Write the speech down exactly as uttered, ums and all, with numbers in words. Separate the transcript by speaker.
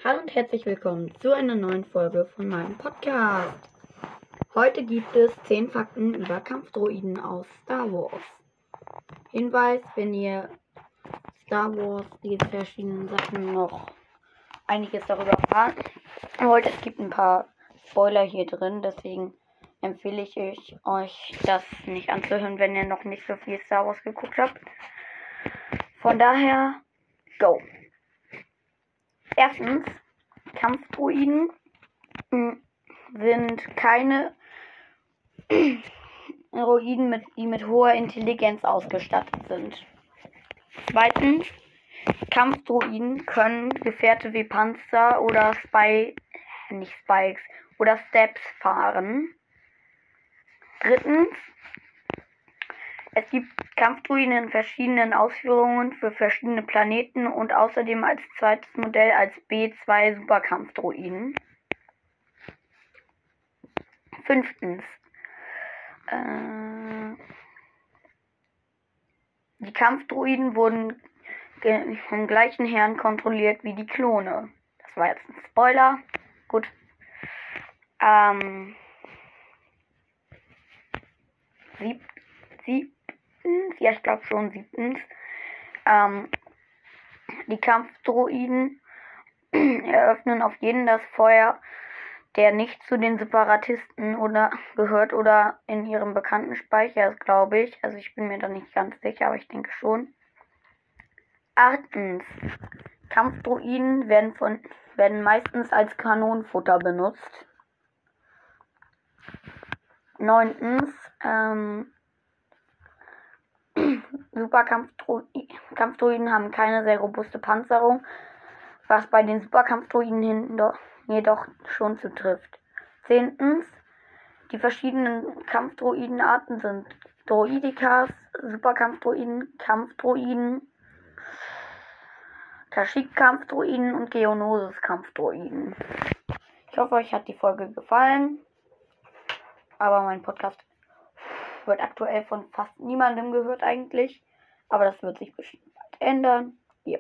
Speaker 1: Hallo und herzlich willkommen zu einer neuen Folge von meinem Podcast. Heute gibt es zehn Fakten über Kampfdroiden aus Star Wars. Hinweis, wenn ihr Star Wars, die verschiedenen Sachen noch einiges darüber erfahren wollt, es gibt ein paar Spoiler hier drin, deswegen empfehle ich euch, das nicht anzuhören, wenn ihr noch nicht so viel Star Wars geguckt habt. Von daher, go! Erstens, Kampfdroiden sind keine Droiden, mit, die mit hoher Intelligenz ausgestattet sind. Zweitens, Kampfdroiden können Gefährte wie Panzer oder Spy, nicht Spikes, oder Steps fahren. Drittens, es gibt Kampfdroiden in verschiedenen Ausführungen für verschiedene Planeten und außerdem als zweites Modell als B zwei Superkampfdroiden. Fünftens, äh, die Kampfdroiden wurden ge- vom gleichen Herrn kontrolliert wie die Klone. Das war jetzt ein Spoiler. Gut. Ähm, sieb, siebtens, ja, ich glaube schon siebtens. Ähm, die Kampfdroiden eröffnen auf jeden das Feuer, der nicht zu den Separatisten oder gehört oder in ihrem bekannten Speicher ist, glaube ich. Also ich bin mir da nicht ganz sicher, aber ich denke schon. Achtens. Kampfdroiden werden, von, werden meistens als Kanonenfutter benutzt. Neuntens. Ähm, Superkampfdroiden haben keine sehr robuste Panzerung, was bei den Superkampfdroiden jedoch schon zutrifft. Zehntens. Die verschiedenen Kampfdroidenarten sind Droidekas, Superkampfdroiden, Kampfdroiden, Kashyyyk-Kampfdroiden und Geonosis-Kampfdroiden. Ich hoffe, euch hat die Folge gefallen. Aber mein Podcast wird aktuell von fast niemandem gehört eigentlich. Aber das wird sich bestimmt bald ändern.